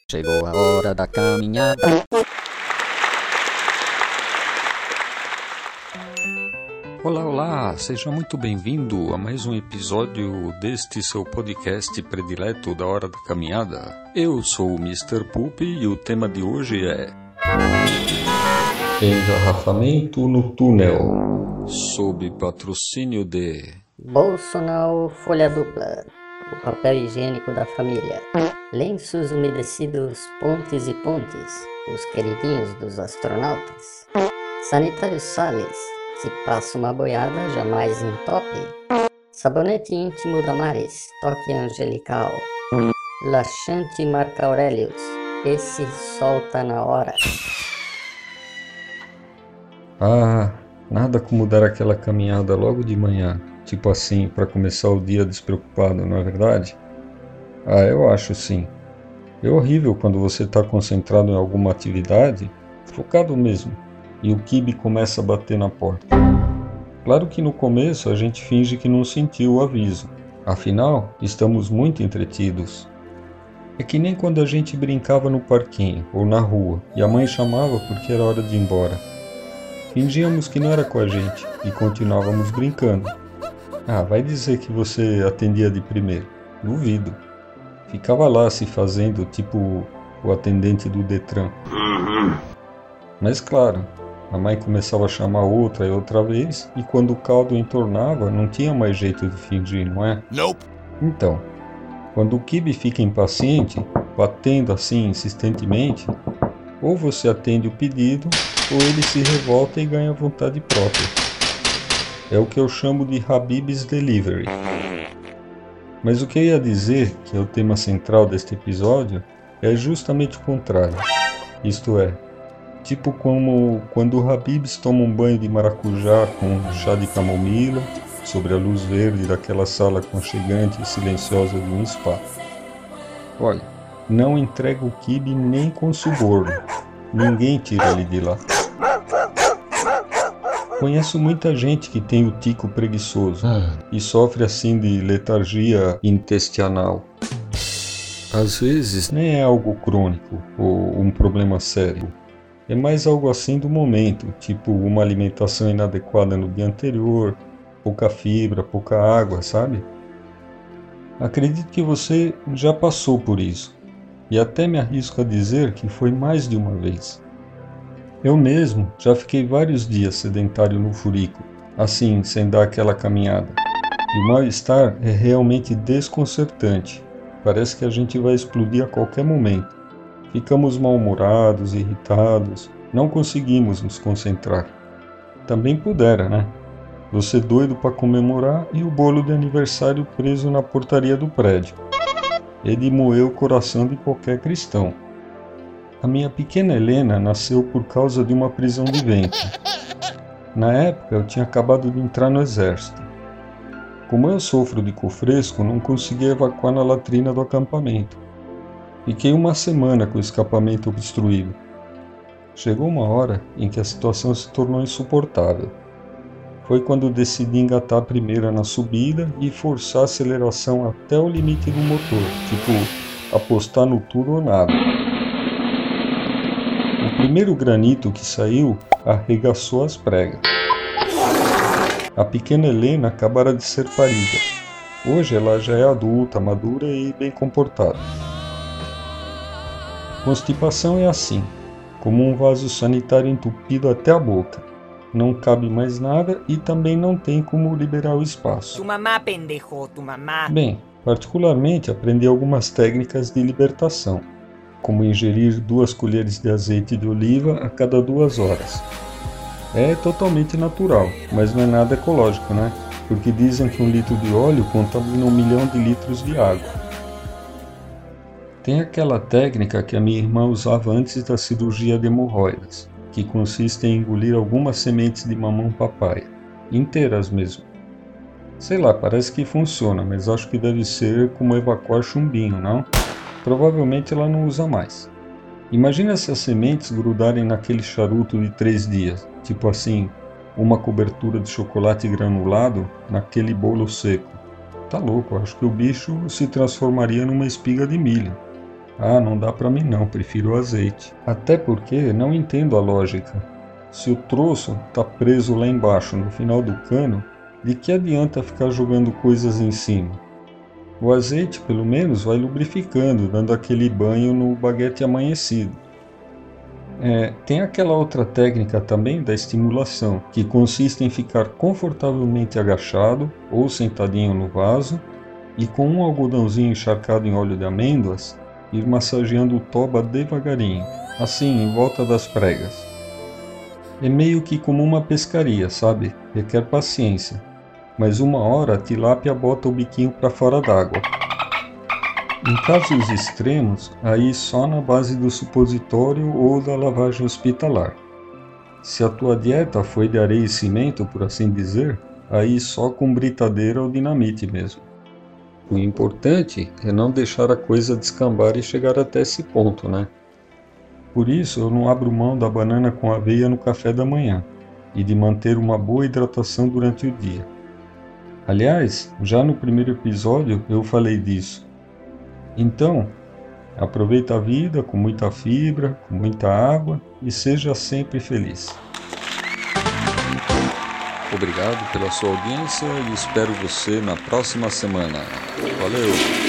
Chegou a hora da caminhada. Olá, olá! Seja muito bem-vindo a mais um episódio deste seu podcast predileto da Hora da Caminhada. Eu sou o Mr. Poop e o tema de hoje é Engarrafamento no túnel, sob patrocínio de Bolsonaro Folha Dupla, o papel higiênico da família. Lenços umedecidos, pontes e pontes, os queridinhos dos astronautas. Sanitário Salles, se passa uma boiada, jamais entope. Sabonete íntimo da Maris, toque angelical. Laxante Marco Aurelius, esse solta na hora. Ah, nada como dar aquela caminhada logo de manhã, tipo assim, para começar o dia despreocupado, não é verdade? Ah, eu acho sim. É horrível quando você está concentrado em alguma atividade, focado mesmo, e o quibe começa a bater na porta. Claro que no começo a gente finge que não sentiu o aviso, afinal, estamos muito entretidos. É que nem quando a gente brincava no parquinho ou na rua e a mãe chamava porque era hora de ir embora. Fingíamos que não era com a gente e continuávamos brincando. Ah, vai dizer que você atendia de primeiro. Duvido. Ficava lá se fazendo tipo o atendente do Detran. Mas claro, a mãe começava a chamar outra e outra vez, e quando o caldo entornava, não tinha mais jeito de fingir, não é? Nope. Então, quando o quibe fica impaciente, batendo assim insistentemente, ou você atende o pedido, ou ele se revolta e ganha vontade própria. É o que eu chamo de Habib's Delivery. Mas o que eu ia dizer, que é o tema central deste episódio, é justamente o contrário. Isto é, tipo como quando o Habib's toma um banho de maracujá com chá de camomila, sobre a luz verde daquela sala aconchegante e silenciosa de um spa. Olha, não entrega o quibe nem com suborno. Ninguém tira ele de lá. Conheço muita gente que tem o tico preguiçoso e sofre assim de letargia intestinal. Às vezes nem é algo crônico ou um problema sério. É mais algo assim do momento, tipo uma alimentação inadequada no dia anterior, pouca fibra, pouca água, sabe? Acredito que você já passou por isso, e até me arrisco a dizer que foi mais de uma vez. Eu mesmo já fiquei vários dias sedentário no furico, assim, sem dar aquela caminhada. E o mal-estar é realmente desconcertante. Parece que a gente vai explodir a qualquer momento. Ficamos mal-humorados, irritados, não conseguimos nos concentrar. Também pudera, né? Você doido para comemorar e o bolo de aniversário preso na portaria do prédio. Ele moeu o coração de qualquer cristão. A minha pequena Helena nasceu por causa de uma prisão de ventre. Na época eu tinha acabado de entrar no exército. Como eu sofro de cofresco, não consegui evacuar na latrina do acampamento. Fiquei uma semana com o escapamento obstruído. Chegou uma hora em que a situação se tornou insuportável. Foi quando decidi engatar a primeira na subida e forçar a aceleração até o limite do motor, tipo, apostar no tudo ou nada. O primeiro granito que saiu arregaçou as pregas. A pequena Helena acabara de ser parida. Hoje ela já é adulta, madura e bem comportada. Constipação é assim, como um vaso sanitário entupido até a boca. Não cabe mais nada e também não tem como liberar o espaço. Tu mamá, pendejo, tu mamá. Bem, particularmente aprendi algumas técnicas de libertação, como ingerir 2 colheres de azeite de oliva a cada 2 horas. É totalmente natural, mas não é nada ecológico, né? Porque dizem que 1 litro de óleo contamina 1 milhão de litros de água. Tem aquela técnica que a minha irmã usava antes da cirurgia de hemorroidas, que consiste em engolir algumas sementes de mamão papaya, inteiras mesmo. Sei lá, parece que funciona, mas acho que deve ser como evacuar chumbinho, não? Provavelmente ela não usa mais. Imagina se as sementes grudarem naquele charuto de 3 dias, tipo assim, uma cobertura de chocolate granulado naquele bolo seco. Tá louco, acho que o bicho se transformaria numa espiga de milho. Ah, não dá para mim não, prefiro o azeite. Até porque não entendo a lógica. Se o troço tá preso lá embaixo no final do cano, de que adianta ficar jogando coisas em cima? O azeite, pelo menos, vai lubrificando, dando aquele banho no baguete amanhecido. Tem aquela outra técnica também da estimulação, que consiste em ficar confortavelmente agachado ou sentadinho no vaso e com um algodãozinho encharcado em óleo de amêndoas, ir massageando o toba devagarinho, assim, em volta das pregas. É meio que como uma pescaria, sabe? Requer paciência, mas uma hora a tilápia bota o biquinho para fora d'água. Em casos extremos, aí só na base do supositório ou da lavagem hospitalar. Se a tua dieta foi de areia e cimento, por assim dizer, aí só com britadeira ou dinamite mesmo. O importante é não deixar a coisa descambar e chegar até esse ponto, né? Por isso eu não abro mão da banana com aveia no café da manhã e de manter uma boa hidratação durante o dia. Aliás, já no primeiro episódio eu falei disso. Então, aproveita a vida com muita fibra, com muita água e seja sempre feliz. Obrigado pela sua audiência e espero você na próxima semana. Valeu!